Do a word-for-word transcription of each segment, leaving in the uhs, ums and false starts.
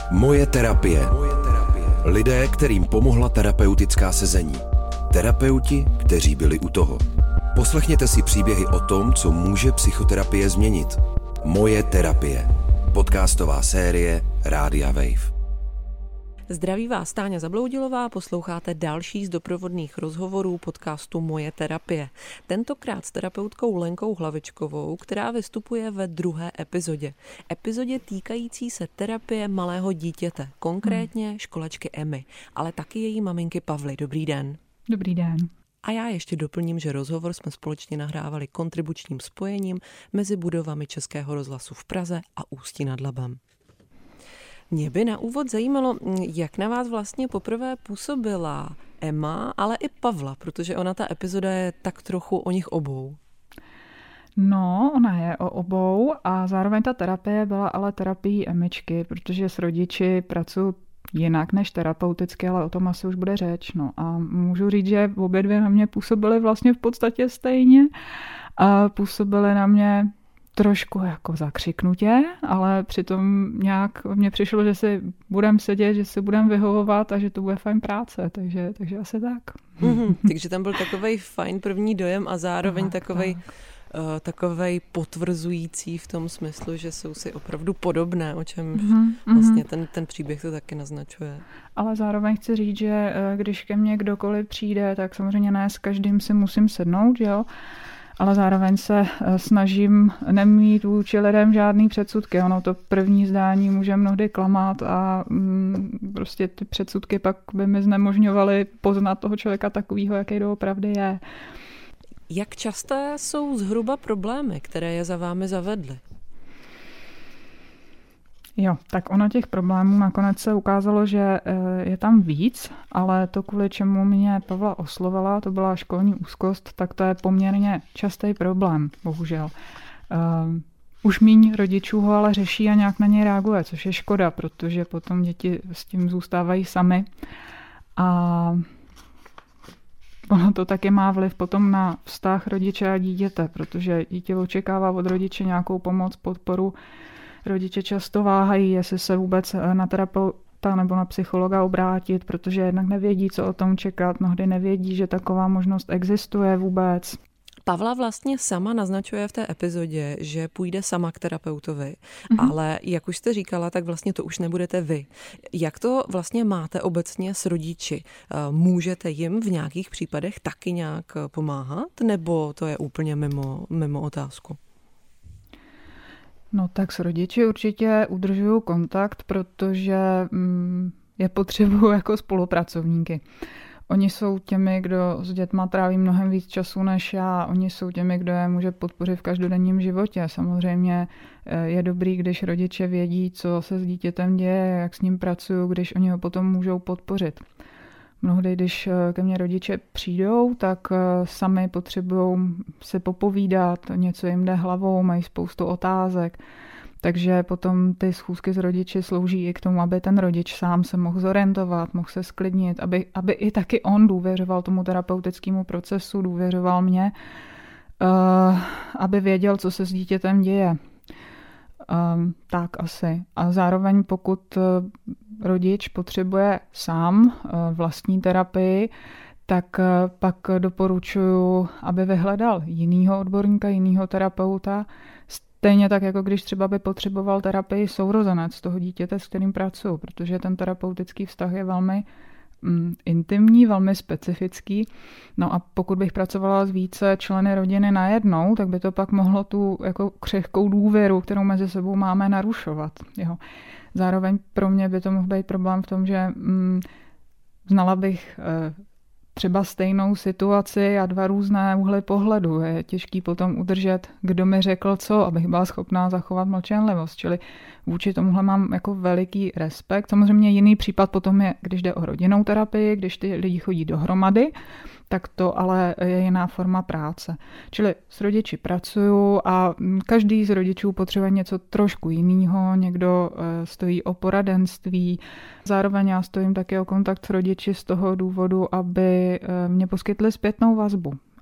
Moje terapie. Lidé, kterým pomohla terapeutická sezení. Terapeuti, kteří byli u toho. Poslechněte si příběhy o tom, co může psychoterapie změnit. Moje terapie. Podcastová série Rádia Wave. Zdraví vás Táňa Zabloudilová, posloucháte další z doprovodných rozhovorů podcastu Moje terapie. Tentokrát s terapeutkou Lenkou Hlavičkovou, která vystupuje ve druhé epizodě. Epizodě týkající se terapie malého dítěte, konkrétně školačky Emmy, ale taky její maminky Pavly. Dobrý den. Dobrý den. A já ještě doplním, že rozhovor jsme společně nahrávali kontribučním spojením mezi budovami Českého rozhlasu v Praze a Ústí nad Labem. Mě by na úvod zajímalo, jak na vás vlastně poprvé působila Emma, ale i Pavla, protože ona ta epizoda je tak trochu o nich obou. No, ona je o obou a zároveň ta terapie byla ale terapií Emičky, protože s rodiči pracuji jinak než terapeuticky, ale o tom asi už bude řeč. No a můžu říct, že obě dvě na mě působily vlastně v podstatě stejně a působily na mě trošku jako zakřiknutě, ale přitom nějak mně přišlo, že si budem sedět, že si budem vyhovovat a že to bude fajn práce, takže, takže asi tak. Mm-hmm, takže tam byl takovej fajn první dojem a zároveň tak, takovej, tak. Uh, takovej potvrzující v tom smyslu, že jsou si opravdu podobné, o čem mm-hmm. vlastně ten, ten příběh to taky naznačuje. Ale zároveň chci říct, že když ke mně kdokoliv přijde, tak samozřejmě ne s každým si musím sednout, jo, ale zároveň se snažím nemít vůči lidem žádný předsudky. Ono to první zdání může mnohdy klamat a mm, prostě ty předsudky pak by mi znemožňovaly poznat toho člověka takovýho, jaký doopravdy je. Jak časté jsou zhruba problémy, které je za vámi zavedly? Jo, tak ono těch problémů nakonec se ukázalo, že je tam víc, ale to, kvůli čemu mě Pavla oslovila, to byla školní úzkost, tak to je poměrně častý problém, bohužel. Uh, už míň rodičů ho ale řeší a nějak na něj reaguje, což je škoda, protože potom děti s tím zůstávají sami. A ono to taky má vliv potom na vztah rodiče a dítěte, protože dítě očekává od rodiče nějakou pomoc, podporu. Rodiče často váhají, jestli se vůbec na terapeuta nebo na psychologa obrátit, protože jednak nevědí, co o tom čekat, mnohdy nevědí, že taková možnost existuje vůbec. Pavla vlastně sama naznačuje v té epizodě, že půjde sama k terapeutovi, mm-hmm. ale jak už jste říkala, tak vlastně to už nebudete vy. Jak to vlastně máte obecně s rodiči? Můžete jim v nějakých případech taky nějak pomáhat, nebo to je úplně mimo, mimo otázku? No tak s rodiči určitě udržuju kontakt, protože mm, je potřebuju jako spolupracovníky. Oni jsou těmi, kdo s dětma tráví mnohem víc času než já. Oni jsou těmi, kdo je může podpořit v každodenním životě. Samozřejmě je dobrý, když rodiče vědí, co se s dítětem děje, jak s ním pracuju, když oni ho potom můžou podpořit. Mnohdy, když ke mně rodiče přijdou, tak sami potřebují se popovídat, něco jim jde hlavou, mají spoustu otázek. Takže potom ty schůzky s rodiči slouží i k tomu, aby ten rodič sám se mohl zorientovat, mohl se sklidnit, aby, aby i taky on důvěřoval tomu terapeutickému procesu, důvěřoval mě, uh, aby věděl, co se s dítětem děje. Um, tak asi. A zároveň pokud uh, rodič potřebuje sám uh, vlastní terapii, tak uh, pak doporučuji, aby vyhledal jinýho odborníka, jinýho terapeuta. Stejně tak, jako když třeba by potřeboval terapii sourozenec toho dítěte, s kterým pracuji, protože ten terapeutický vztah je velmi mm, intimní, velmi specifický. No a pokud bych pracovala s více členy rodiny najednou, tak by to pak mohlo tu jako křehkou důvěru, kterou mezi sebou máme, narušovat. Jo. Zároveň pro mě by to mohl být problém v tom, že mm, znala bych eh, třeba stejnou situaci a dva různé úhly pohledu. Je těžký potom udržet, kdo mi řekl co, abych byla schopná zachovat mlčenlivost. Čili vůči tomuhle mám jako veliký respekt. Samozřejmě jiný případ potom je, když jde o rodinnou terapii, když ty lidi chodí dohromady, tak to ale je jiná forma práce. Čili s rodiči pracuju a každý z rodičů potřebuje něco trošku jiného. Někdo stojí o poradenství. Zároveň já stojím taky o kontakt s rodiči z toho důvodu, aby mě poskytli zpětnou vazbu.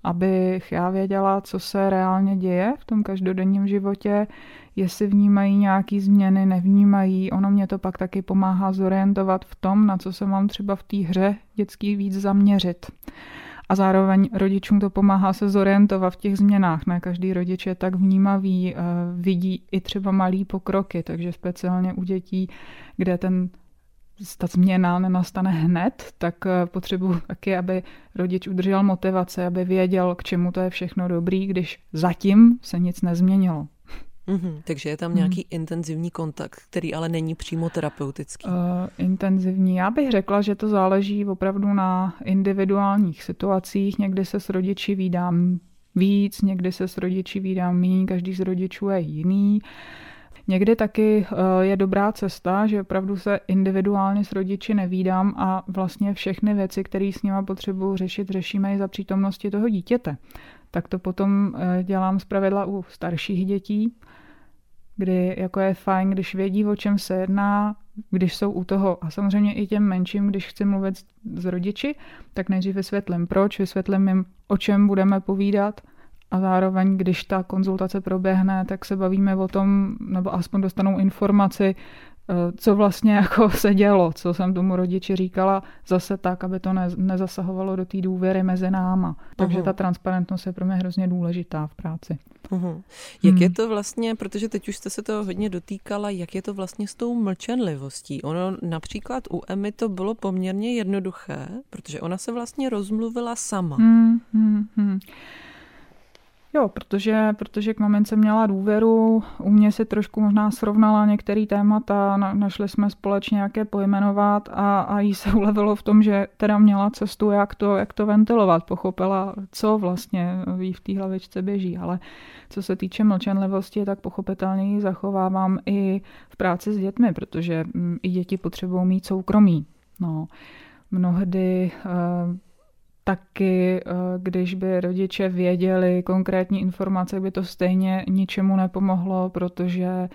abych já věděla, co se reálně děje v tom každodenním životě, jestli vnímají nějaký změny, nevnímají. Ono mě to pak taky pomáhá zorientovat v tom, na co se mám třeba v té hře dětský víc zaměřit. A zároveň rodičům to pomáhá se zorientovat v těch změnách. Ne každý rodič je tak vnímavý, vidí i třeba malý pokroky, takže speciálně u dětí, kde ten ta změna nenastane hned, tak potřebuji taky, aby rodič udržel motivaci, aby věděl, k čemu to je všechno dobrý, když zatím se nic nezměnilo. Mm-hmm. Takže je tam nějaký mm. intenzivní kontakt, který ale není přímo terapeutický. Uh, intenzivní. Já bych řekla, že to záleží opravdu na individuálních situacích. Někdy se s rodiči vídám víc, někdy se s rodiči vídám míň, každý z rodičů je jiný. Někdy taky je dobrá cesta, že opravdu se individuálně s rodiči nevídám a vlastně všechny věci, které s nima potřebuji řešit, řešíme i za přítomnosti toho dítěte. Tak to potom dělám zpravidla u starších dětí, kdy jako je fajn, když vědí, o čem se jedná, když jsou u toho. A samozřejmě i těm menším, když chci mluvit s rodiči, tak nejdřív vysvětlím proč, vysvětlím jim, o čem budeme povídat. A zároveň, když ta konzultace proběhne, tak se bavíme o tom, nebo aspoň dostanou informaci, co vlastně jako se dělo, co jsem tomu rodiči říkala, zase tak, aby to ne, nezasahovalo do té důvěry mezi náma. Takže ta transparentnost je pro mě hrozně důležitá v práci. Uhum. Jak hmm. je to vlastně, protože teď už jste se toho hodně dotýkala, jak je to vlastně s tou mlčenlivostí? Ono například u Emy to bylo poměrně jednoduché, protože ona se vlastně rozmluvila sama. Hmm, hmm, hmm. Jo, protože, protože k mamince měla důvěru, u mě si trošku možná srovnala některé témata, na, našli jsme společně, jak je pojmenovat a, a jí se ulevilo v tom, že teda měla cestu, jak to, jak to ventilovat, pochopila, co vlastně jí v té hlavičce běží, ale co se týče mlčenlivosti, tak pochopitelně ji zachovávám i v práci s dětmi, protože i děti potřebují mít soukromí. No, mnohdy taky, když by rodiče věděli konkrétní informace, by to stejně ničemu nepomohlo, protože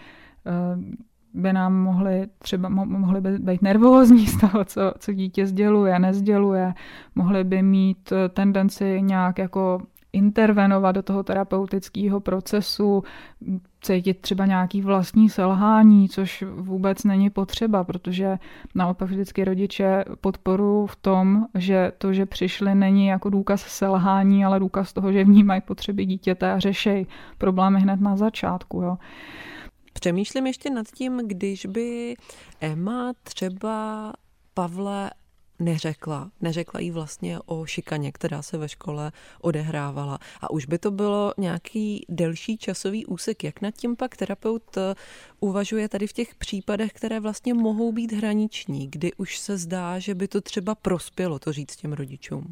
by nám mohli třeba mohli by být nervózní z toho, co, co dítě sděluje, nezděluje, mohli by mít tendenci nějak jako intervenovat do toho terapeutického procesu, cítit třeba nějaký vlastní selhání, což vůbec není potřeba, protože naopak vždycky rodiče podporují v tom, že to, že přišli, není jako důkaz selhání, ale důkaz toho, že vnímají potřeby dítěte a řešejí problémy hned na začátku. Jo. Přemýšlím ještě nad tím, když by Ema třeba Pavle neřekla. Neřekla jí vlastně o šikaně, která se ve škole odehrávala. A už by to bylo nějaký delší časový úsek. Jak nad tím pak terapeut uvažuje tady v těch případech, které vlastně mohou být hraniční, kdy už se zdá, že by to třeba prospělo to říct těm rodičům?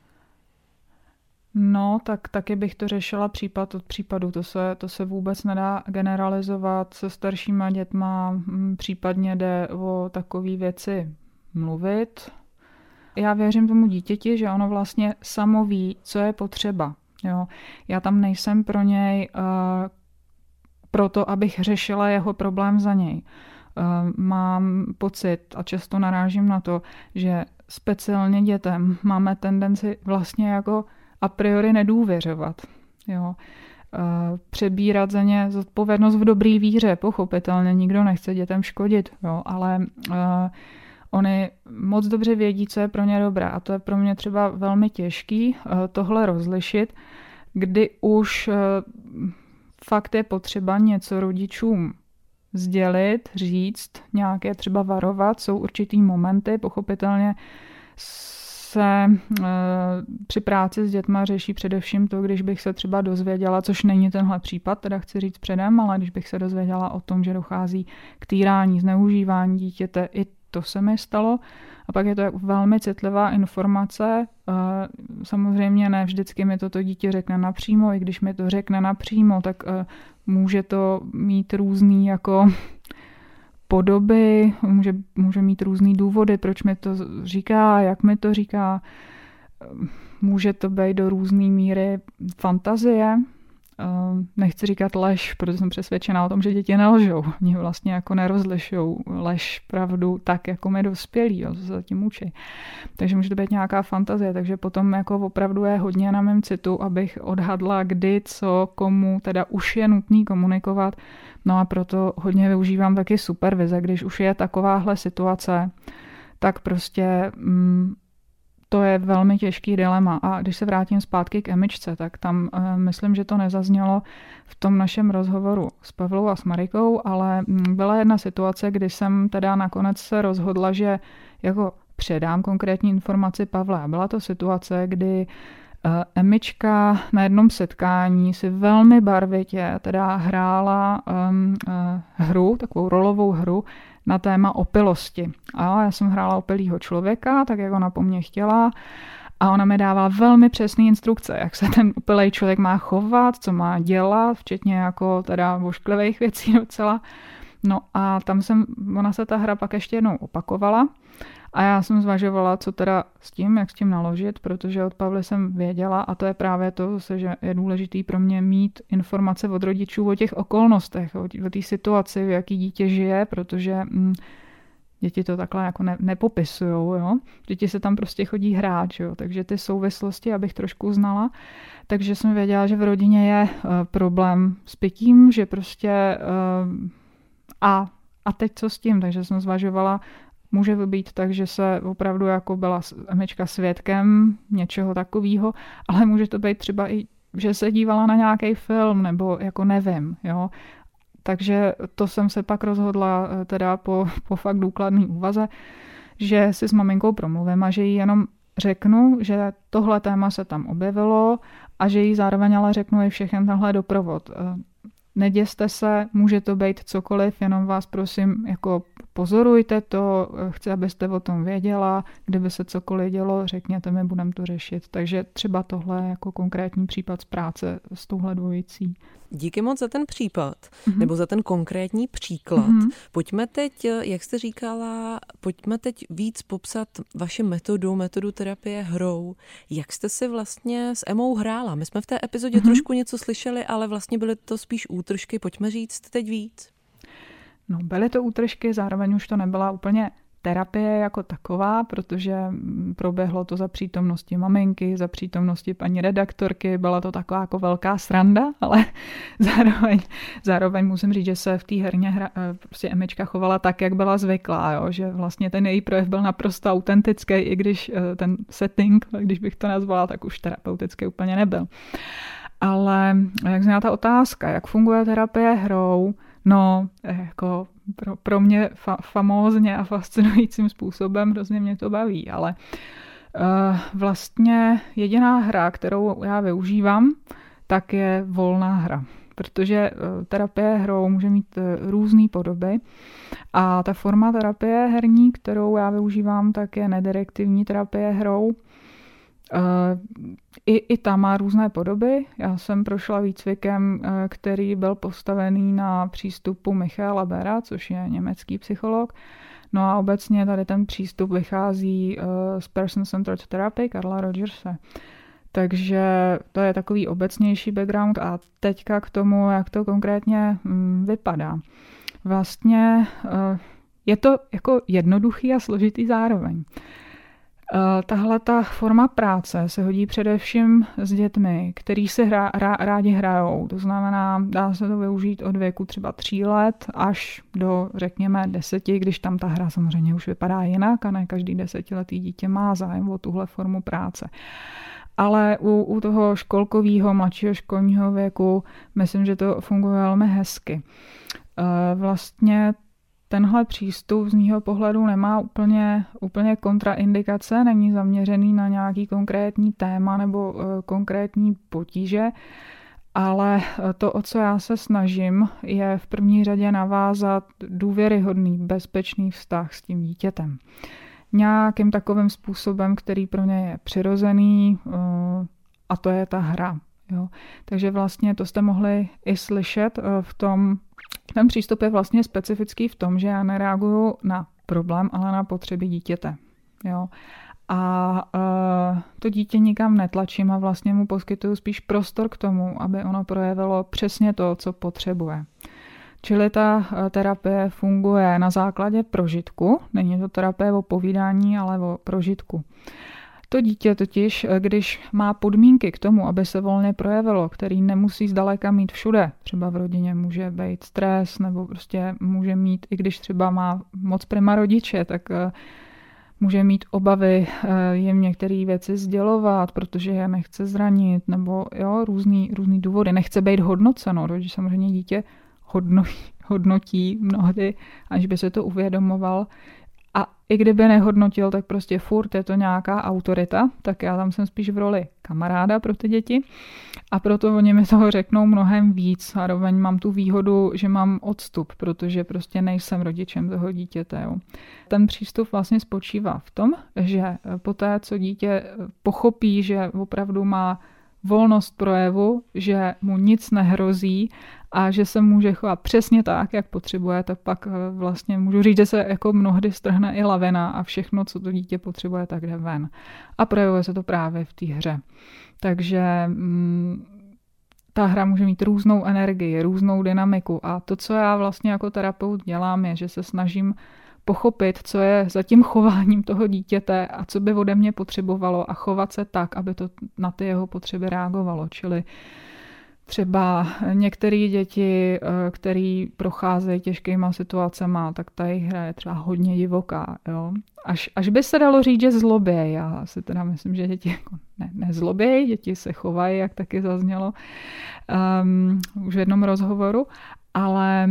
No, tak taky bych to řešila případ od případu. To se, to se vůbec nedá generalizovat se staršíma dětma. Případně jde o takové věci mluvit. Já věřím tomu dítěti, že ono vlastně samo ví, co je potřeba. Jo. Já tam nejsem pro něj uh, proto, abych řešila jeho problém za něj. Uh, mám pocit a často narážím na to, že speciálně dětem máme tendenci vlastně jako a priori nedůvěřovat. Jo. Uh, přebírat za ně zodpovědnost v dobrý víře, pochopitelně. Nikdo nechce dětem škodit, jo, ale uh, oni moc dobře vědí, co je pro ně dobré a to je pro mě třeba velmi těžký tohle rozlišit, kdy už fakt je potřeba něco rodičům sdělit, říct, nějaké třeba varovat, jsou určitý momenty, pochopitelně se při práci s dětma řeší především to, když bych se třeba dozvěděla, což není tenhle případ, teda chci říct předem, ale když bych se dozvěděla o tom, že dochází k týrání, zneužívání dítěte, i to se mi stalo. A pak je to velmi citlivá informace. Samozřejmě ne vždycky mi to to dítě řekne napřímo, i když mi to řekne napřímo, tak může to mít různý jako podoby, může, může mít různý důvody, proč mi to říká, jak mi to říká. Může to být do různé míry fantazie nechci říkat lež, protože jsem přesvědčená o tom, že děti nelžou. Oni vlastně jako nerozlišou lež, pravdu tak, jako my dospělí, jo, co se tím učí. Takže může to být nějaká fantazie, takže potom jako opravdu je hodně na mém citu, abych odhadla, kdy, co, komu, teda už je nutný komunikovat. No a proto hodně využívám taky supervize, když už je takováhle situace, tak prostě mm, to je velmi těžký dilema. A když se vrátím zpátky k Emičce, tak tam uh, myslím, že to nezaznělo v tom našem rozhovoru s Pavlou a s Marikou, ale mm, byla jedna situace, kdy jsem teda nakonec se rozhodla, že jako předám konkrétní informaci Pavle. A byla to situace, kdy uh, Emička na jednom setkání si velmi barvitě teda hrála um, uh, hru, takovou rolovou hru, na téma opilosti. A já jsem hrála opilýho člověka, tak jak ona po mně chtěla. A ona mi dávala velmi přesné instrukce, jak se ten opilej člověk má chovat, co má dělat, včetně jako teda vošklivých věcí docela. No a tam jsem, ona se ta hra pak ještě jednou opakovala. A já jsem zvažovala, co teda s tím, jak s tím naložit, protože od Pavly jsem věděla a to je právě to, že je důležitý pro mě mít informace od rodičů o těch okolnostech, o té situaci, v jaký dítě žije, protože hm, děti to takhle jako ne, nepopisujou, jo. Děti se tam prostě chodí hrát, jo. Takže ty souvislosti, abych trošku znala. Takže jsem věděla, že v rodině je uh, problém s pitím, že prostě uh, a, a teď co s tím, takže jsem zvažovala, může to být tak, že se opravdu jako byla Emička svědkem něčeho takového, ale může to být třeba i, že se dívala na nějaký film, nebo jako nevím, jo. Takže to jsem se pak rozhodla teda po, po fakt důkladný úvaze, že si s maminkou promluvím a že jí jenom řeknu, že tohle téma se tam objevilo a že jí zároveň ale řeknu i všechen tenhle doprovod. Neděste se, může to být cokoliv, jenom vás prosím, jako pozorujte to, chci, abyste o tom věděla, kdyby se cokoliv dělo, řekněte mi, budeme to řešit. Takže třeba tohle jako konkrétní případ z práce s touhle dvojicí. Díky moc za ten případ, mm-hmm. nebo za ten konkrétní příklad. Mm-hmm. Pojďme teď, jak jste říkala, pojďme teď víc popsat vaši metodu, metodu terapie hrou. Jak jste si vlastně s Emou hrála? My jsme v té epizodě mm-hmm. trošku něco slyšeli, ale vlastně byly to spíš útržky. Pojďme říct teď víc. No, byly to útržky, zároveň už to nebyla úplně terapie jako taková, protože proběhlo to za přítomnosti maminky, za přítomnosti paní redaktorky, byla to taková jako velká sranda, ale zároveň, zároveň musím říct, že se v té herně hra, prostě Emička chovala tak, jak byla zvyklá, jo? Že vlastně ten její projev byl naprosto autentický, i když ten setting, když bych to nazvala, tak už terapeuticky úplně nebyl. Ale jak zněla ta otázka, jak funguje terapie hrou, no, jako pro, pro mě fa- famózně a fascinujícím způsobem, hrozně mě to baví, ale uh, vlastně jediná hra, kterou já využívám, tak je volná hra, protože uh, terapie hrou může mít uh, různé podoby a ta forma terapie herní, kterou já využívám, tak je nedirektivní terapie hrou. Uh, i, I ta má různé podoby. Já jsem prošla výcvikem, uh, který byl postavený na přístupu Michaela Bera, což je německý psycholog. No a obecně tady ten přístup vychází uh, z Person-Centered Therapy Carla Rogerse. Takže to je takový obecnější background a teďka k tomu, jak to konkrétně um, vypadá. Vlastně uh, je to jako jednoduchý a složitý zároveň. Tahle ta forma práce se hodí především s dětmi, který si hra, rá, rádi hrajou. To znamená, dá se to využít od věku třeba tří let až do, řekněme, deseti, když tam ta hra samozřejmě už vypadá jinak a ne každý desetiletý dítě má zájem o tuhle formu práce. Ale u, u toho školkového, mladšího školního věku myslím, že to funguje velmi hezky. Vlastně tenhle přístup z mýho pohledu nemá úplně, úplně kontraindikace, není zaměřený na nějaký konkrétní téma nebo uh, konkrétní potíže, ale to, o co já se snažím, je v první řadě navázat důvěryhodný, bezpečný vztah s tím dítětem. Nějakým takovým způsobem, který pro ně je přirozený, uh, a to je ta hra. Jo. Takže vlastně to jste mohli i slyšet uh, v tom. Ten přístup je vlastně specifický v tom, že já nereaguju na problém, ale na potřeby dítěte. Jo. a uh, to dítě nikam netlačím a vlastně mu poskytuju spíš prostor k tomu, aby ono projevilo přesně to, co potřebuje. Čili ta terapie funguje na základě prožitku, není to terapie o povídání, ale o prožitku. To dítě totiž, když má podmínky k tomu, aby se volně projevilo, který nemusí zdaleka mít všude, třeba v rodině může být stres, nebo prostě může mít, i když třeba má moc prima rodiče, tak může mít obavy jim některé věci sdělovat, protože je nechce zranit, nebo jo, různý, různý důvody, nechce být hodnoceno, protože samozřejmě dítě hodnotí, hodnotí mnohdy, až by se to uvědomoval. A i kdyby nehodnotil, tak prostě furt je to nějaká autorita, tak já tam jsem spíš v roli kamaráda pro ty děti a proto oni mi toho řeknou mnohem víc. Zároveň mám tu výhodu, že mám odstup, protože prostě nejsem rodičem toho dítěte. Jo. Ten přístup vlastně spočívá v tom, že poté, co dítě pochopí, že opravdu má volnost projevu, že mu nic nehrozí a že se může chovat přesně tak, jak potřebuje, tak pak vlastně můžu říct, že se jako mnohdy strhne i lavina a všechno, co to dítě potřebuje, tak jde ven. A projevuje se to právě v té hře. Takže mm, ta hra může mít různou energii, různou dynamiku a to, co já vlastně jako terapeut dělám, je, že se snažím pochopit, co je za tím chováním toho dítěte a co by ode mě potřebovalo a chovat se tak, aby to na ty jeho potřeby reagovalo. Čili třeba některé děti, které procházejí těžkýma situacemi, tak ta jejich hra je třeba hodně divoká. Jo? Až, až by se dalo říct, že zlobějí. Já si teda myslím, že děti jako ne, nezlobějí, děti se chovají, jak taky zaznělo um, už v jednom rozhovoru, ale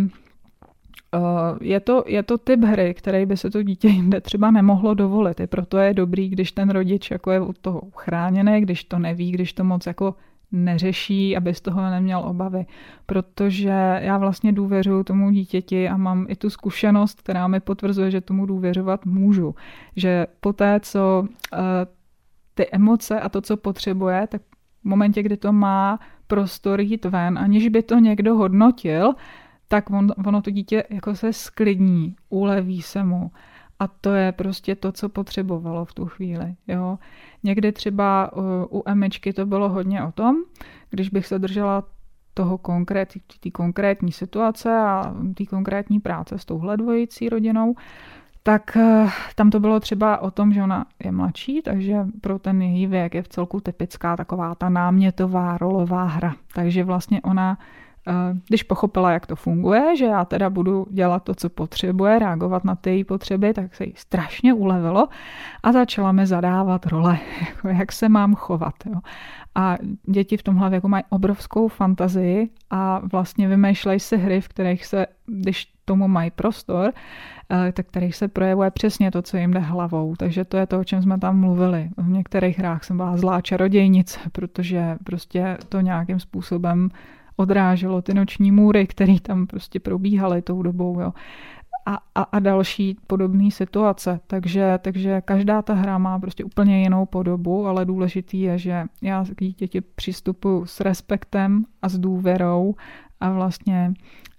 Je to, je to typ hry, který by se to dítě jinde třeba nemohlo dovolit. I proto je dobrý, když ten rodič jako je od toho chráněný, když to neví, když to moc jako neřeší, aby z toho neměl obavy. Protože já vlastně důvěřuju tomu dítěti a mám i tu zkušenost, která mi potvrzuje, že tomu důvěřovat můžu. Že poté, co uh, ty emoce a to, co potřebuje, tak v momentě, kdy to má prostor jít ven, aniž by to někdo hodnotil, tak on, ono to dítě jako se sklidní, uleví se mu. A to je prostě to, co potřebovalo v tu chvíli. Jo. Někdy třeba u, u Emičky to bylo hodně o tom, když bych se držela toho konkrét, té konkrétní situace a té konkrétní práce s touhle dvojicí rodinou, tak tam to bylo třeba o tom, že ona je mladší, takže pro ten její věk je v celku typická taková ta námětová rolová hra. Takže vlastně ona, když pochopila, jak to funguje, že já teda budu dělat to, co potřebuje, reagovat na ty její potřeby, tak se jí strašně ulevilo a začala mi zadávat role, jako jak se mám chovat. Jo. A děti v tomhle věku mají obrovskou fantazii a vlastně vymýšlejí si hry, v kterých se, když tomu mají prostor, tak kterých se projevuje přesně to, co jim jde hlavou. Takže to je to, o čem jsme tam mluvili. V některých hrách jsem byla zlá čarodějnice, protože prostě to nějakým způsobem odráželo ty noční můry, které tam prostě probíhaly tou dobou. Jo. A, a, a další podobné situace. Takže, takže každá ta hra má prostě úplně jinou podobu, ale důležitý je, že já k dítěti přistupuji s respektem a s důvěrou a vlastně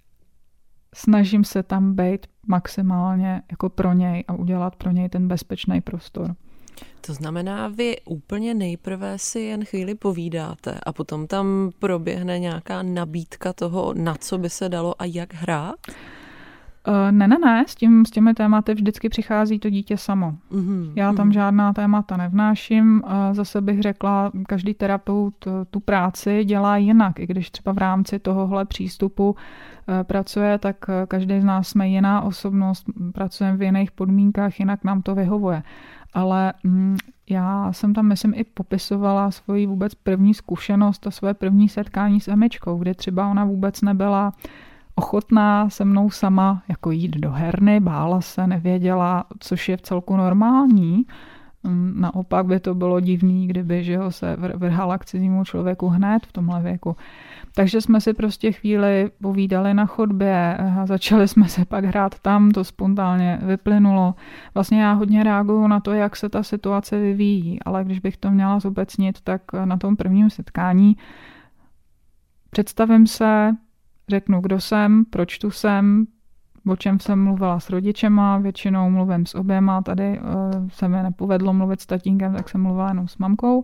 snažím se tam být maximálně jako pro něj a udělat pro něj ten bezpečný prostor. To znamená, vy úplně nejprve si jen chvíli povídáte a potom tam proběhne nějaká nabídka toho, na co by se dalo a jak hrát? Ne, ne, ne, s, tím, s těmi tématy vždycky přichází to dítě samo. Mm-hmm. Já tam mm-hmm. žádná témata nevnáším. Zase bych řekla, každý terapeut tu práci dělá jinak. I když třeba v rámci tohohle přístupu pracuje, tak každý z nás jsme jiná osobnost, pracujeme v jiných podmínkách, jinak nám to vyhovuje. Ale mm, já jsem tam, myslím, i popisovala svoji vůbec první zkušenost a svoje první setkání s Emičkou, kde třeba ona vůbec nebyla ochotná se mnou sama jako jít do herny, bála se, nevěděla, což je v celku normální. Naopak by to bylo divný, kdyby že ho se vrhala k cizímu člověku hned v tomhle věku. Takže jsme si prostě chvíli povídali na chodbě a začali jsme se pak hrát tam, to spontánně vyplynulo. Vlastně já hodně reaguju na to, jak se ta situace vyvíjí, ale když bych to měla zobecnit, tak na tom prvním setkání představím se, řeknu, kdo jsem, proč tu jsem, o čem jsem mluvila s rodičema, většinou mluvím s oběma, tady se mi nepovedlo mluvit s tatínkem, tak jsem mluvila jenom s mamkou.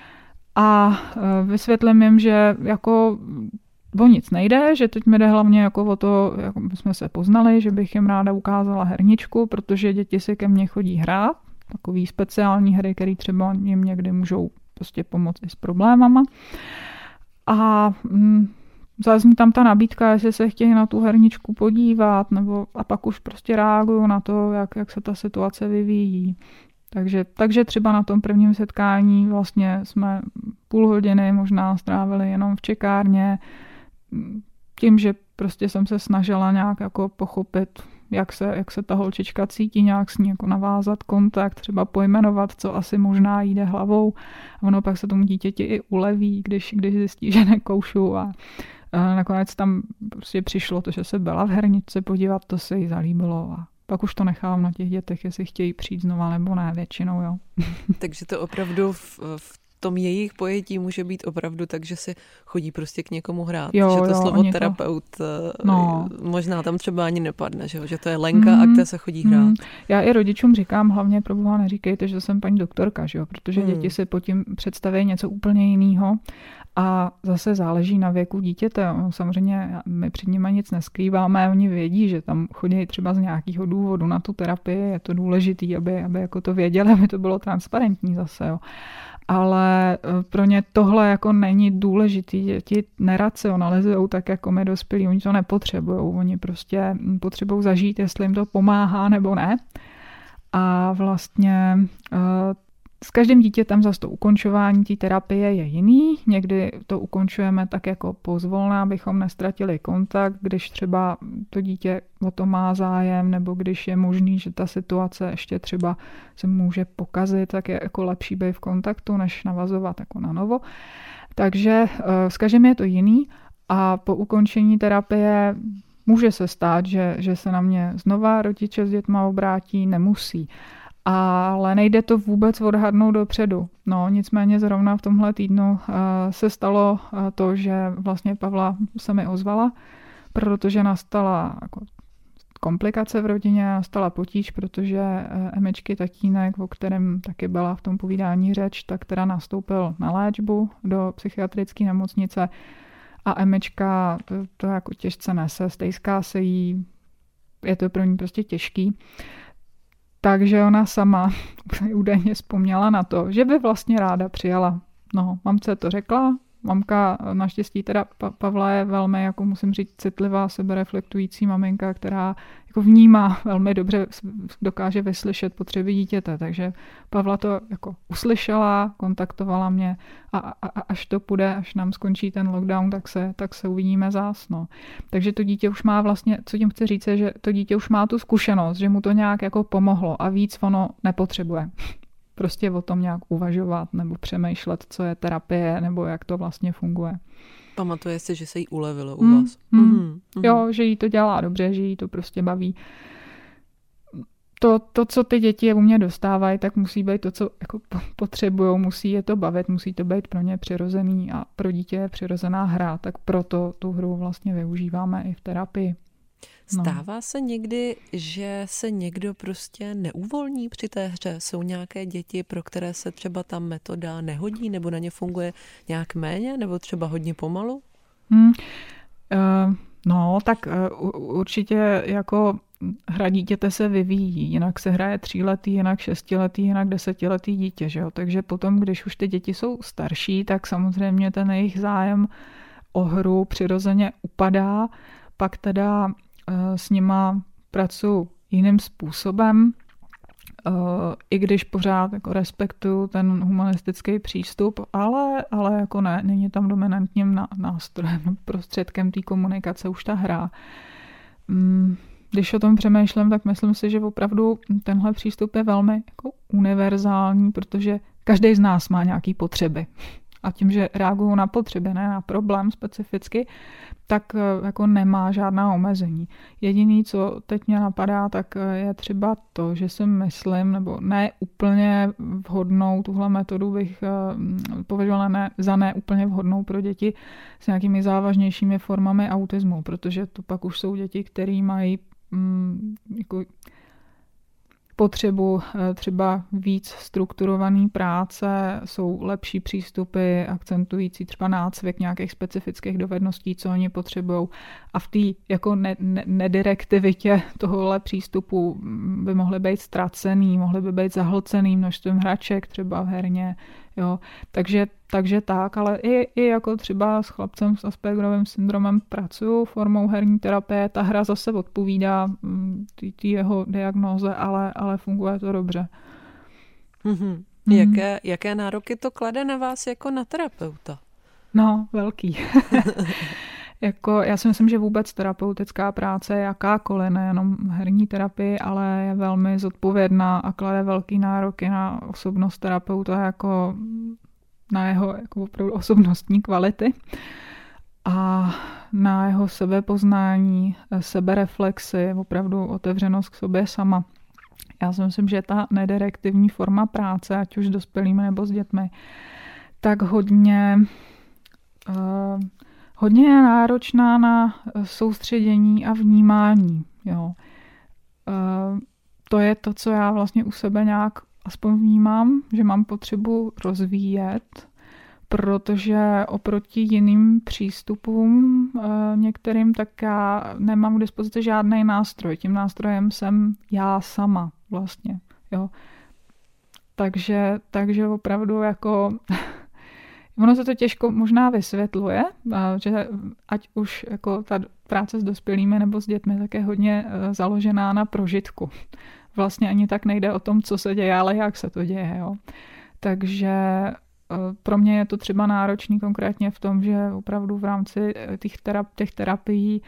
A vysvětlím jim, že jako o nic nejde, že teď mi jde hlavně jako o to, jako jsme se poznali, že bych jim ráda ukázala herničku, protože děti si ke mně chodí hrát, takový speciální hry, které třeba jim někdy můžou prostě pomoct i s problémama. A mm, zazní tam ta nabídka, jestli se chtějí na tu herničku podívat, nebo a pak už prostě reaguju na to, jak, jak se ta situace vyvíjí. Takže, takže třeba na tom prvním setkání vlastně jsme půl hodiny možná strávili jenom v čekárně, tím, že prostě jsem se snažila nějak jako pochopit, jak se, jak se ta holčička cítí, nějak s ní jako navázat kontakt, třeba pojmenovat, co asi možná jde hlavou. A ono pak se tomu dítěti i uleví, když, když zjistí, že nekoušu. A, a nakonec tam prostě přišlo to, že se byla v herničce podívat, to se jí zalíbilo. A pak už to nechám na těch dětech, jestli chtějí přijít znova nebo ne, většinou, jo. Takže to opravdu v, v tom jejich pojetí může být opravdu tak, že si chodí prostě k někomu hrát. Jo, že to jo, slovo terapeut to... no. možná tam třeba ani nepadne, že, že to je Lenka mm, a kde se chodí hrát. Mm. Já i rodičům říkám, hlavně pro boha neříkejte, že jsem paní doktorka, že jo? Protože mm. děti si pod tím představí něco úplně jiného. A zase záleží na věku dítěte. Samozřejmě my před nimi nic neskrýváme, oni vědí, že tam chodí třeba z nějakého důvodu na tu terapii, je to důležitý, aby, aby jako to věděli, aby to bylo transparentní zase, jo. Ale pro ně tohle jako není důležitý. Děti neracionalizují tak jako my dospělí, oni to nepotřebují, oni prostě potřebují zažít, jestli jim to pomáhá nebo ne. A vlastně s každým dítětem zase to ukončování té terapie je jiný. Někdy to ukončujeme tak jako pozvolna, abychom nestratili kontakt, když třeba to dítě o to má zájem, nebo když je možný, že ta situace ještě třeba se může pokazit, tak je jako lepší být v kontaktu, než navazovat jako na novo. Takže s každým je to jiný a po ukončení terapie může se stát, že, že se na mě znova rodiče s dětma obrátí, nemusí. Ale nejde to vůbec odhadnout dopředu. No, nicméně zrovna v tomhle týdnu uh, se stalo uh, to, že vlastně Pavla se mi ozvala, protože nastala jako komplikace v rodině, nastala potíž, protože uh, Emečky tatínek, o kterém taky byla v tom povídání řeč, tak teda nastoupil na léčbu do psychiatrické nemocnice a Emečka to, to jako těžce nese, stejská se jí, je to pro ní prostě těžký. Takže ona sama údajně vzpomněla na to, že by vlastně ráda přijala. No, mamce to řekla, mamka naštěstí teda Pavla je velmi, jako musím říct, citlivá, sebereflektující maminka, která jako vnímá velmi dobře, dokáže vyslyšet potřeby dítěte, takže Pavla to jako uslyšela, kontaktovala mě a, a, a až to půjde, až nám skončí ten lockdown, tak se, tak se uvidíme zás. No. Takže to dítě už má vlastně, co tím chci říct, je, že to dítě už má tu zkušenost, že mu to nějak jako pomohlo a víc ono nepotřebuje. Prostě o tom nějak uvažovat nebo přemýšlet, co je terapie nebo jak to vlastně funguje. Pamatuje si, že se jí ulevilo u mm, vás? Mm, mm. Jo, že jí to dělá dobře, že jí to prostě baví. To, to, co ty děti u mě dostávají, tak musí být to, co jako potřebujou, musí je to bavit, musí to být pro ně přirozený a pro dítě je přirozená hra, tak proto tu hru vlastně využíváme i v terapii. No. Stává se někdy, že se někdo prostě neuvolní při té hře? Jsou nějaké děti, pro které se třeba ta metoda nehodí nebo na ně funguje nějak méně nebo třeba hodně pomalu? Hmm. Uh, no, tak uh, určitě jako hra dítěte se vyvíjí. Jinak se hraje tříletý, jinak šestiletý, jinak desetiletý dítě. Že jo? Takže potom, když už ty děti jsou starší, tak samozřejmě ten jejich zájem o hru přirozeně upadá. Pak teda s nima pracuji jiným způsobem, i když pořád jako respektuju ten humanistický přístup, ale, ale jako ne, není tam dominantním nástrojem, prostředkem té komunikace už ta hra. Když o tom přemýšlím, tak myslím si, že opravdu tenhle přístup je velmi jako univerzální, protože každý z nás má nějaké potřeby. A tím, že reagují na potřeby, ne na problém specificky, tak jako nemá žádná omezení. Jediný, co teď mě napadá, tak je třeba to, že si myslím, nebo ne úplně vhodnou, tuhle metodu bych považovala ne, za ne úplně vhodnou pro děti s nějakými závažnějšími formami autismu, protože to pak už jsou děti, které mají mm, jako potřebu třeba víc strukturované práce, jsou lepší přístupy akcentující třeba nácvik nějakých specifických dovedností, co oni potřebují. A v té jako ne, ne, nedirektivitě tohohle přístupu by mohly být ztracený, mohly by být zahlcený množstvím hraček třeba v herně. Jo. Takže, takže tak, ale i, i jako třeba s chlapcem s Aspergerovým syndromem pracuju formou herní terapie, ta hra zase odpovídá té jeho diagnóze, ale, ale funguje to dobře. Mm-hmm. Mm. Jaké, jaké nároky to klade na vás jako na terapeuta? No, velký. Jako, já si myslím, že vůbec terapeutická práce je jakákoliv, nejenom herní terapii, ale je velmi zodpovědná a klade velký nároky na osobnost terapeuta, jako na jeho jako opravdu osobnostní kvality a na jeho sebepoznání, sebereflexy, opravdu otevřenost k sobě sama. Já si myslím, že ta nedirektivní forma práce, ať už s dospělými nebo s dětmi, tak hodně... Uh, Hodně je náročná na soustředění a vnímání. Jo. E, to je to, co já vlastně u sebe nějak aspoň vnímám, že mám potřebu rozvíjet, protože oproti jiným přístupům e, některým, tak já nemám k dispozici žádný nástroj. Tím nástrojem jsem já sama vlastně. Jo. Takže, takže opravdu jako... Ono se to těžko možná vysvětluje, že ať už jako ta práce s dospělými nebo s dětmi, tak je hodně založená na prožitku. Vlastně ani tak nejde o tom, co se děje, ale jak se to děje. Jo. Takže pro mě je to třeba náročný konkrétně v tom, že opravdu v rámci těch, terap- těch terapií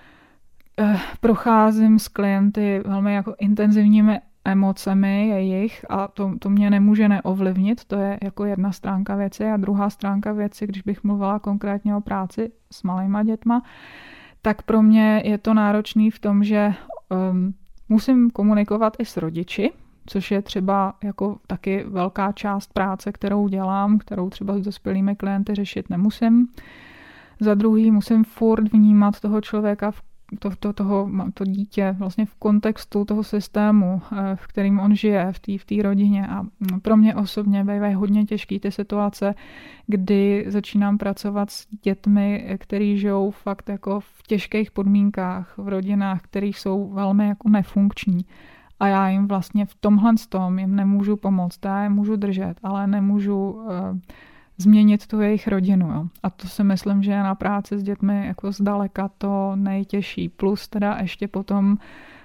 procházím s klienty velmi jako intenzivními emocemi jejich a to, to mě nemůže neovlivnit, to je jako jedna stránka věci a druhá stránka věci, když bych mluvila konkrétně o práci s malýma dětma, tak pro mě je to náročný v tom, že um, musím komunikovat i s rodiči, což je třeba jako taky velká část práce, kterou dělám, kterou třeba s dospělými klienty řešit nemusím. Za druhý musím furt vnímat toho člověka v To, to, toho, to dítě vlastně v kontextu toho systému, v kterým on žije, v té v té rodině. A pro mě osobně bývají hodně těžké ty situace, kdy začínám pracovat s dětmi, který žijou fakt jako v těžkých podmínkách, v rodinách, které jsou velmi jako nefunkční. A já jim vlastně v tomhle tom jim nemůžu pomoct. Já je můžu držet, ale nemůžu uh, změnit tu jejich rodinu. Jo. A to si myslím, že je na práci s dětmi jako zdaleka to nejtěžší. Plus teda ještě potom,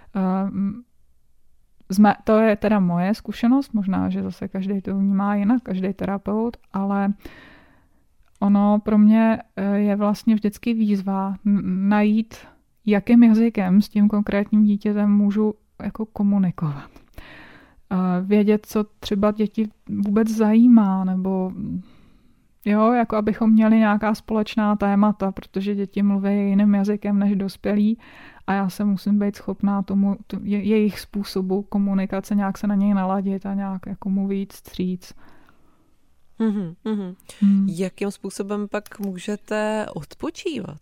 uh, to je teda moje zkušenost, možná, že zase každý to vnímá jinak, každý terapeut, ale ono pro mě je vlastně vždycky výzva najít, jakým jazykem s tím konkrétním dítětem můžu jako komunikovat. Uh, vědět, co třeba děti vůbec zajímá, nebo jo, jako abychom měli nějaká společná témata, protože děti mluví jiným jazykem než dospělí a já se musím být schopná tomu, to, je, jejich způsobu komunikace nějak se na něj naladit a nějak jako mu víc vstříc. Mm-hmm, mm-hmm. Hmm. Jakým způsobem pak můžete odpočívat?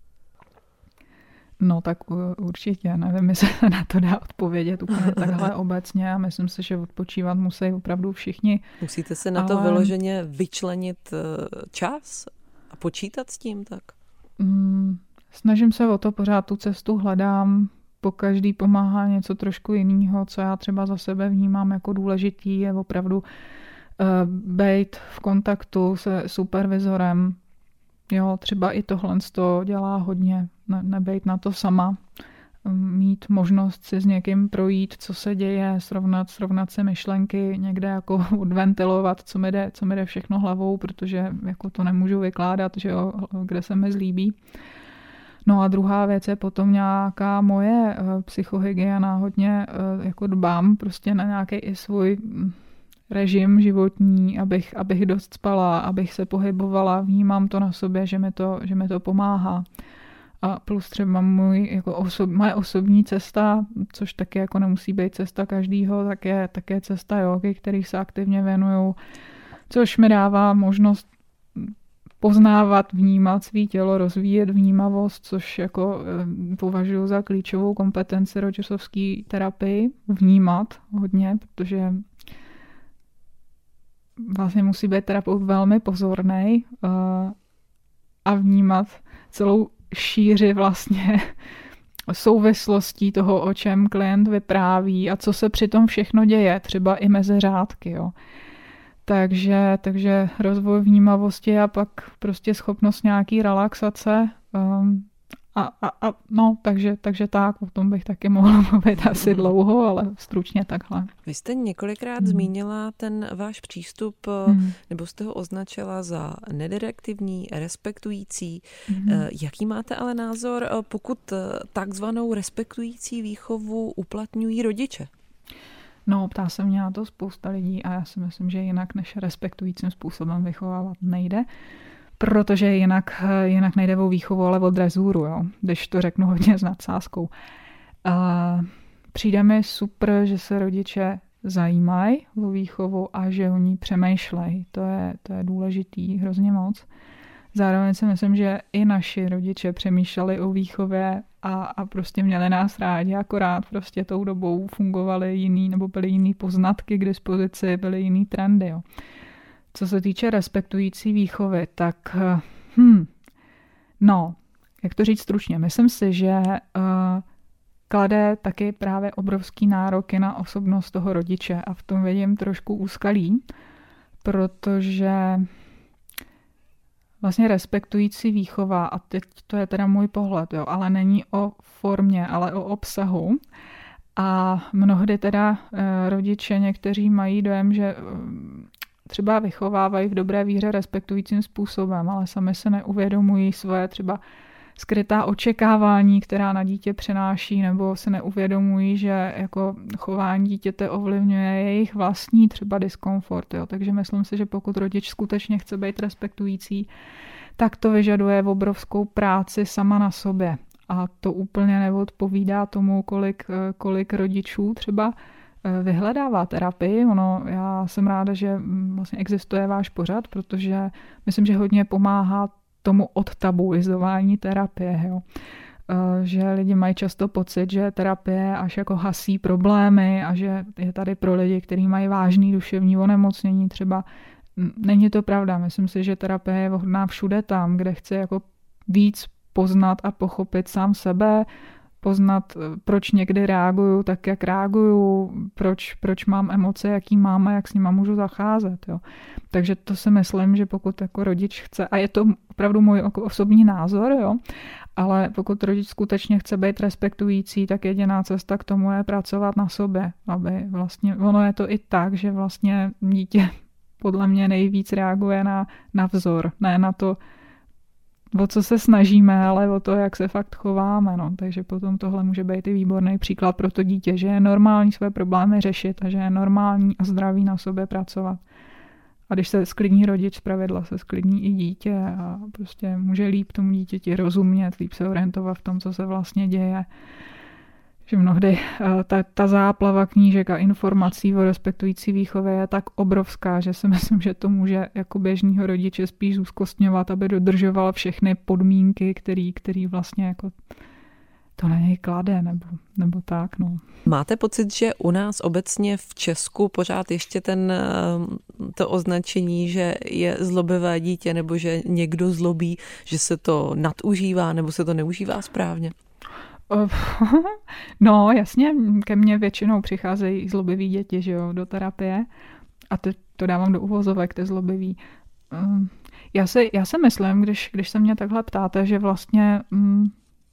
No tak určitě, nevím, jestli se na to dá odpovědět úplně takhle obecně a myslím si, že odpočívat musí opravdu všichni. Musíte se na to ale... vyloženě vyčlenit čas a počítat s tím tak? Mm, snažím se o to, pořád tu cestu hledám, po každý pomáhá něco trošku jiného, co já třeba za sebe vnímám jako důležitý, je opravdu uh, být v kontaktu se supervizorem. Jo, třeba i tohle to dělá hodně, ne, nebejt na to sama, mít možnost si s někým projít, co se děje, srovnat, srovnat si myšlenky, někde jako odventilovat, co mi jde, co mi jde všechno hlavou, protože jako to nemůžu vykládat, že jo, kde se mi zlíbí. No a druhá věc je potom nějaká moje psychohygiena, hodně jako dbám prostě na nějaký i svůj režim životní, abych, abych dost spala, abych se pohybovala, vnímám to na sobě, že mi to, že mi to pomáhá. A plus třeba můj, jako osob, moje osobní cesta, což taky jako nemusí být cesta každýho, tak je, tak je cesta jogy, který se aktivně věnuju, což mi dává možnost poznávat, vnímat svý tělo, rozvíjet vnímavost, což jako považuji za klíčovou kompetenci rodičovské terapii, vnímat hodně, protože vlastně musí být terapeut velmi pozorný a vnímat celou šíři vlastně souvislostí toho, o čem klient vypráví a co se přitom všechno děje, třeba i mezi řádky. Jo. Takže, takže rozvoj vnímavosti a pak prostě schopnost nějaký relaxace. Um, a, a, a no, takže, takže tak, o tom bych taky mohla mluvit asi dlouho, ale stručně takhle. Vy jste několikrát hmm. zmínila ten váš přístup, hmm. nebo jste ho označila za nedirektivní, respektující. Hmm. Jaký máte ale názor, pokud takzvanou respektující výchovu uplatňují rodiče? No, ptá se mě na to spousta lidí a já si myslím, že jinak než respektujícím způsobem vychovávat nejde, protože jinak, jinak nejde o výchovu, ale o dresúru, jo? Když to řeknu hodně s nadsázkou. Uh, přijde mi super, že se rodiče zajímají o výchovu a že o ní přemýšlejí. To je, to je důležitý hrozně moc. Zároveň si myslím, že i naši rodiče přemýšleli o výchově a, a prostě měli nás rádi, akorát prostě tou dobou fungovaly jiný, nebo byly jiný poznatky k dispozici, byly jiný trendy. Jo. Co se týče respektující výchovy, tak hm, no, jak to říct stručně, myslím si, že uh, klade taky právě obrovský nároky na osobnost toho rodiče a v tom vidím trošku úskalí, protože vlastně respektující výchova, a teď to je teda můj pohled, jo, ale není o formě, ale o obsahu. A mnohdy teda e, rodiče někteří mají dojem, že e, třeba vychovávají v dobré víře respektujícím způsobem, ale sami se neuvědomují svoje třeba skrytá očekávání, která na dítě přenáší, nebo se neuvědomují, že jako chování dítěte ovlivňuje jejich vlastní třeba diskomfort. Jo. Takže myslím si, že pokud rodič skutečně chce být respektující, tak to vyžaduje obrovskou práci sama na sobě. A to úplně neodpovídá tomu, kolik, kolik rodičů třeba vyhledává terapii. Ono, já jsem ráda, že vlastně existuje váš pořad, protože myslím, že hodně pomáhá tomu odtabuizování terapie. Jo. Že lidi mají často pocit, že terapie až jako hasí problémy a že je tady pro lidi, kteří mají vážný duševní onemocnění. Třeba není to pravda. Myslím si, že terapie je vhodná všude tam, kde chci jako víc poznat a pochopit sám sebe, poznat, proč někdy reaguju tak, jak reaguju, proč, proč mám emoce, jaký mám a jak s nima můžu zacházet. Jo. Takže to si myslím, že pokud jako rodič chce, a je to opravdu můj jako osobní názor, jo, ale pokud rodič skutečně chce být respektující, tak jediná cesta k tomu je pracovat na sobě. Aby vlastně, ono je to i tak, že vlastně dítě podle mě nejvíc reaguje na, na vzor, ne na to, o co se snažíme, ale o to, jak se fakt chováme. No. Takže potom tohle může být i výborný příklad pro to dítě, že je normální své problémy řešit a že je normální a zdravý na sobě pracovat. A když se sklidní rodič, zpravidla se sklidní i dítě a prostě může líp tomu dítěti rozumět, líp se orientovat v tom, co se vlastně děje. Že mnohdy ta, ta záplava knížek a informací o respektující výchově je tak obrovská, že si myslím, že to může jako běžného rodiče spíš zúzkostňovat, aby dodržoval všechny podmínky, který, který vlastně jako to na něj klade, nebo, nebo tak. No. Máte pocit, že u nás obecně v Česku pořád ještě ten, to označení, že je zlobivé dítě, nebo že někdo zlobí, že se to nadužívá, nebo se to neužívá správně? No, jasně, ke mně většinou přicházejí zlobivý děti, že jo, do terapie. A to, to dávám do uvozovek, ty zlobivý. Já si, já si myslím, když, když se mě takhle ptáte, že vlastně mm,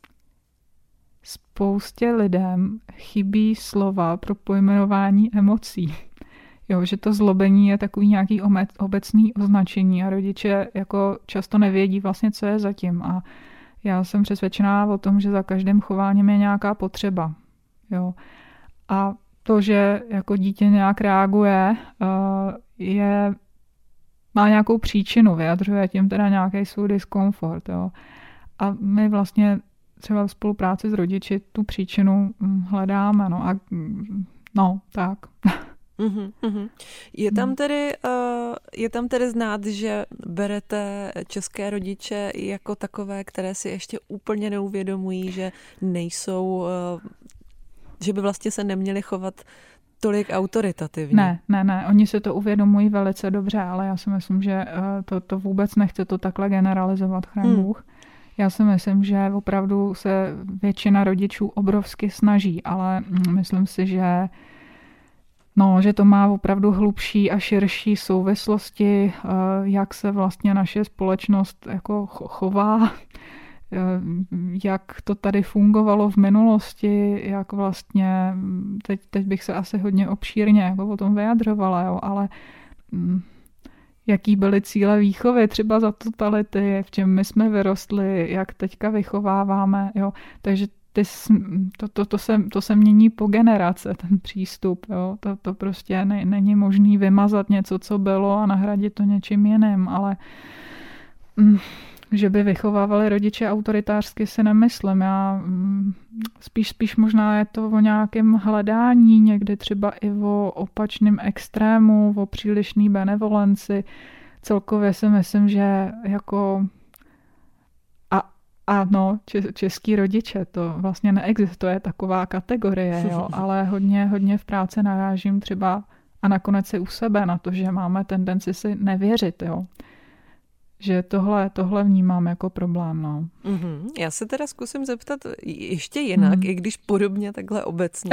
spoustě lidem chybí slova pro pojmenování emocí. Jo, že to zlobení je takový nějaký obecný označení a rodiče jako často nevědí vlastně, co je zatím. A já jsem přesvědčená o tom, že za každým chováním je nějaká potřeba. Jo. A to, že jako dítě nějak reaguje, je, má nějakou příčinu, vyjadřuje tím teda nějaký svůj diskomfort. Jo. A my vlastně třeba v spolupráci s rodiči tu příčinu hledáme. No, a, no tak. Uhum, uhum. Je tam tedy, uh, je tam tedy znát, že berete české rodiče jako takové, které si ještě úplně neuvědomují, že nejsou, uh, že by vlastně se neměli chovat tolik autoritativně. Ne, ne, ne, oni si to uvědomují velice dobře, ale já si myslím, že uh, to, to vůbec nechce to takhle generalizovat, chraň hmm. Bůh. Já si myslím, že opravdu se většina rodičů obrovsky snaží, ale myslím si, že No, že to má opravdu hlubší a širší souvislosti, jak se vlastně naše společnost jako chová, jak to tady fungovalo v minulosti, jak vlastně, teď, teď bych se asi hodně obšírně jako o tom vyjadřovala, jo, ale jaký byly cíle výchovy třeba za totality, v čem my jsme vyrostli, jak teďka vychováváme, jo, takže Ty, to, to, to, se, to se mění po generace, ten přístup. Jo? To, to prostě ne, není možný vymazat něco, co bylo a nahradit to něčím jiným, ale mm, že by vychovávali rodiče autoritářsky, si nemyslím. Já, mm, spíš, spíš možná je to o nějakém hledání, někdy třeba i o opačném extrému, o přílišné benevolenci. Celkově si myslím, že jako Ano, český rodiče, to vlastně neexistuje taková kategorie, jo, ale hodně, hodně v práci narážím třeba a nakonec i u sebe na to, že máme tendenci si nevěřit, jo. Že tohle, tohle vnímám jako problém, no. Mm-hmm. Já se teda zkusím zeptat ještě jinak, mm. i když podobně takhle obecně.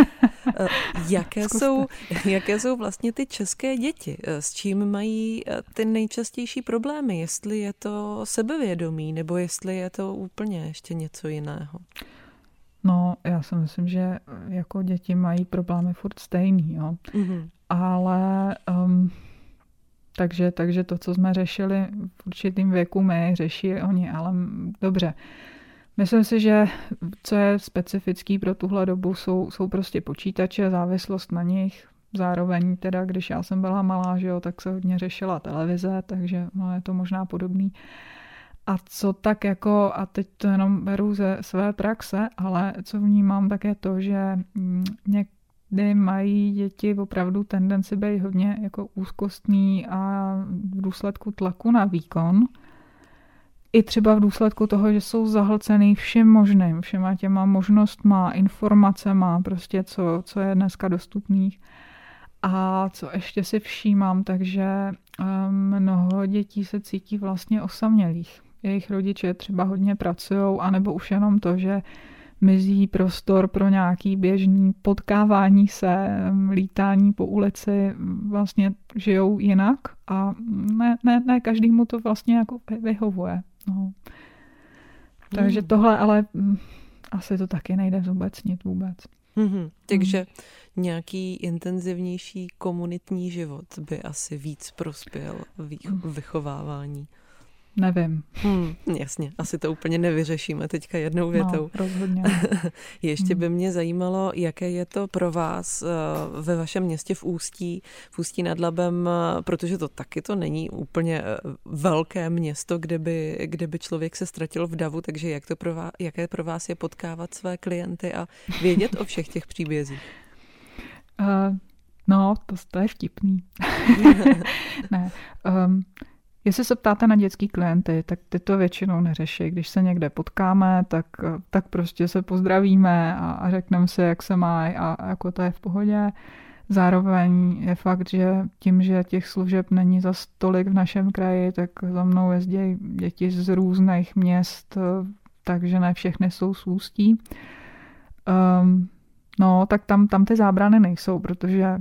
Jaké jsou, jaké jsou vlastně ty české děti? S čím mají ty nejčastější problémy? Jestli je to sebevědomí, nebo jestli je to úplně ještě něco jiného? No, já si myslím, že jako děti mají problémy furt stejný, jo. Mm-hmm. Ale um, takže, takže to, co jsme řešili v určitým věku, my řeší oni, ale dobře. Myslím si, že co je specifický pro tuhle dobu, jsou, jsou prostě počítače, závislost na nich. Zároveň teda, když já jsem byla malá, že jo, tak se hodně řešila televize, takže no, je to možná podobný. A co tak jako, a teď to jenom beru ze své praxe, ale co vnímám, tak je to, že někdy mají děti opravdu tendenci být hodně jako úzkostný a v důsledku tlaku na výkon, i třeba v důsledku toho, že jsou zahlcený všem možným, všema těma možnostma, informacema, prostě co, co je dneska dostupných. A co ještě si všímám, takže mnoho dětí se cítí vlastně osamělých. Jejich rodiče třeba hodně pracujou, anebo už jenom to, že mizí prostor pro nějaký běžný potkávání se, lítání po ulici, vlastně žijou jinak a ne, ne, ne každému to vlastně jako vyhovuje. No. Takže tohle, ale asi to taky nejde zobecnit vůbec. Mm-hmm. Takže mm. nějaký intenzivnější komunitní život by asi víc prospěl v vychovávání. Nevím. Hmm, jasně, asi to úplně nevyřešíme teďka jednou větou. No, rozhodně. Ještě by mě zajímalo, jaké je to pro vás ve vašem městě v Ústí, v Ústí nad Labem, protože to taky to není úplně velké město, kde by, kde by člověk se ztratil v davu, takže jak to pro vás, jaké pro vás je potkávat své klienty a vědět o všech těch příbězích? Uh, no, to, to je vtipný. ne, um, Jestli se ptáte na dětský klienty, tak ty to většinou neřeší. Když se někde potkáme, tak, tak prostě se pozdravíme a, a řekneme si, jak se mají a, a jako to je v pohodě. Zároveň je fakt, že tím, že těch služeb není za tolik v našem kraji, tak za mnou jezdí děti z různých měst, takže ne všechny jsou z Ústí. Um, no, tak tam, tam ty zábrany nejsou, protože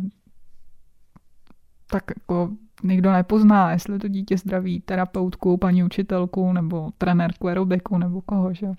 tak jako nikdo nepozná, jestli to dítě zdraví terapeutku, paní učitelku nebo trenérku aerobiku nebo koho, že?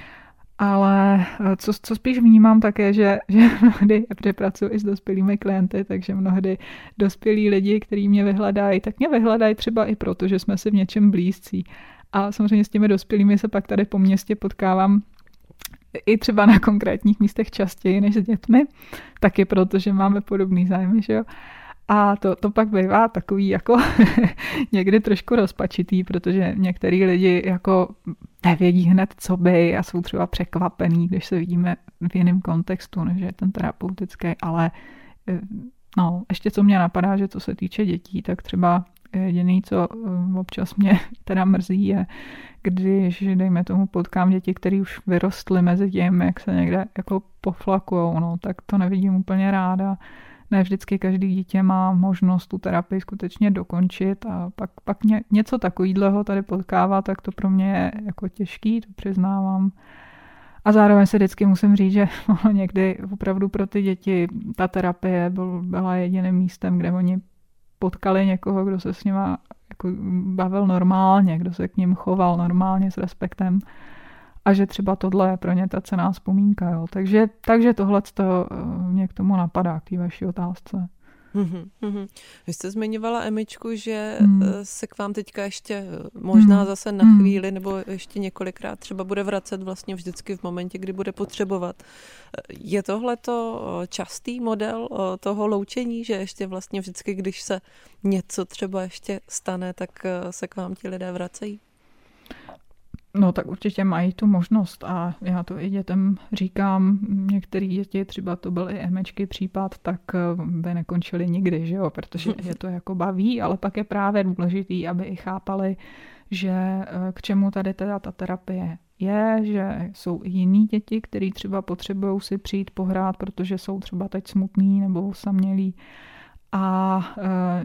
Ale co, co spíš vnímám také, že, že mnohdy, protože pracuji i s dospělými klienty, takže mnohdy dospělí lidi, kteří mě vyhledají, tak mě vyhledají třeba i proto, že jsme si v něčem blízcí. A samozřejmě s těmi dospělými se pak tady po městě potkávám i třeba na konkrétních místech častěji než s dětmi, taky proto, že máme podobný zájmy, že jo. A to, to pak bývá takový jako někdy trošku rozpačitý, protože některý lidi jako nevědí hned, co by a jsou třeba překvapený, když se vidíme v jiném kontextu, než je ten terapeutický, ale No, ještě co mě napadá, že co se týče dětí, tak třeba jediný, co občas mě teda mrzí, je, když, dejme tomu, potkám děti, které už vyrostly mezi tím, jak se někde jako poflakujou, no, tak to nevidím úplně ráda. Ne vždycky každý dítě má možnost tu terapii skutečně dokončit a pak, pak ně, něco takového tady potkává, tak to pro mě je jako těžký, to přiznávám. A zároveň se vždycky musím říct, že někdy opravdu pro ty děti ta terapie byl, byla jediným místem, kde oni potkali někoho, kdo se s nima jako bavil normálně, kdo se k ním choval normálně s respektem a že třeba tohle je pro ně ta cenná vzpomínka. Jo. Takže, takže tohle mě k tomu napadá, k té vaší otázce. Uhum, uhum. Vy jste zmiňovala, Emičku, že hmm. se k vám teďka ještě možná hmm. zase na chvíli nebo ještě několikrát třeba bude vracet vlastně vždycky v momentě, kdy bude potřebovat. Je tohleto častý model toho loučení, že ještě vlastně vždycky, když se něco třeba ještě stane, tak se k vám ti lidé vracejí? No tak určitě mají tu možnost a já to i dětem říkám, některé děti, třeba to byl i Emečky případ, tak by nekončili nikdy, že jo, protože je to jako baví, ale pak je právě důležitý, aby i chápali, že k čemu tady teda ta terapie je, že jsou i jiný děti, který třeba potřebují si přijít pohrát, protože jsou třeba teď smutný nebo osamělí. A e,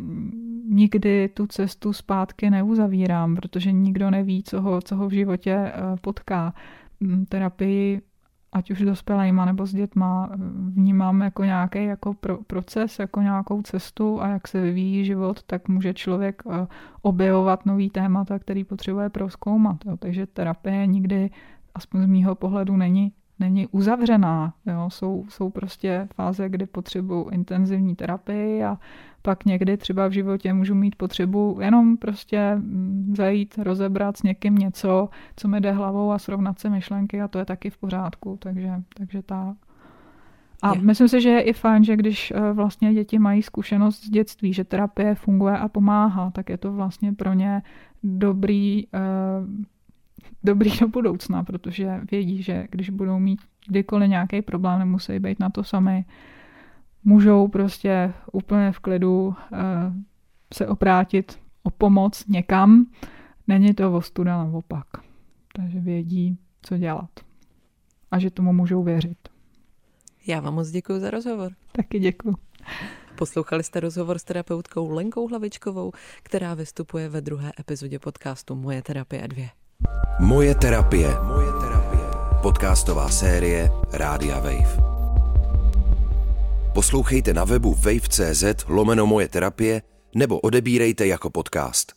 nikdy tu cestu zpátky neuzavírám, protože nikdo neví, co ho, co ho v životě e, potká. Terapii, ať už dospělejma nebo s dětma, vnímám jako nějaký jako pro, proces, jako nějakou cestu a jak se vyvíjí život, tak může člověk e, objevovat nový témata, který potřebuje prozkoumat. Jo. Takže terapie nikdy, aspoň z mýho pohledu, není není uzavřená. Jo. Jsou, jsou prostě fáze, kdy potřebuji intenzivní terapii a pak někdy třeba v životě můžu mít potřebu jenom prostě zajít, rozebrat s někým něco, co mi jde hlavou a srovnat se myšlenky a to je taky v pořádku. Takže, takže tak. A je. Myslím si, že je i fajn, že když vlastně děti mají zkušenost z dětství, že terapie funguje a pomáhá, tak je to vlastně pro ně dobrý dobrý do budoucna, protože vědí, že když budou mít kdykoliv nějaký problém, nemusí být na to sami, můžou prostě úplně v klidu uh, se obrátit o pomoc někam. Není to ostuda, naopak. Takže vědí, co dělat. A že tomu můžou věřit. Já vám moc děkuji za rozhovor. Taky děkuji. Poslouchali jste rozhovor s terapeutkou Lenkou Hlavičkovou, která vystupuje ve druhé epizodě podcastu Moje terapie dvě. Moje terapie. Moje terapie. Podcastová série Rádia Wave. Poslouchejte na webu wave tečka cz lomeno moje terapie nebo odebírejte jako podcast.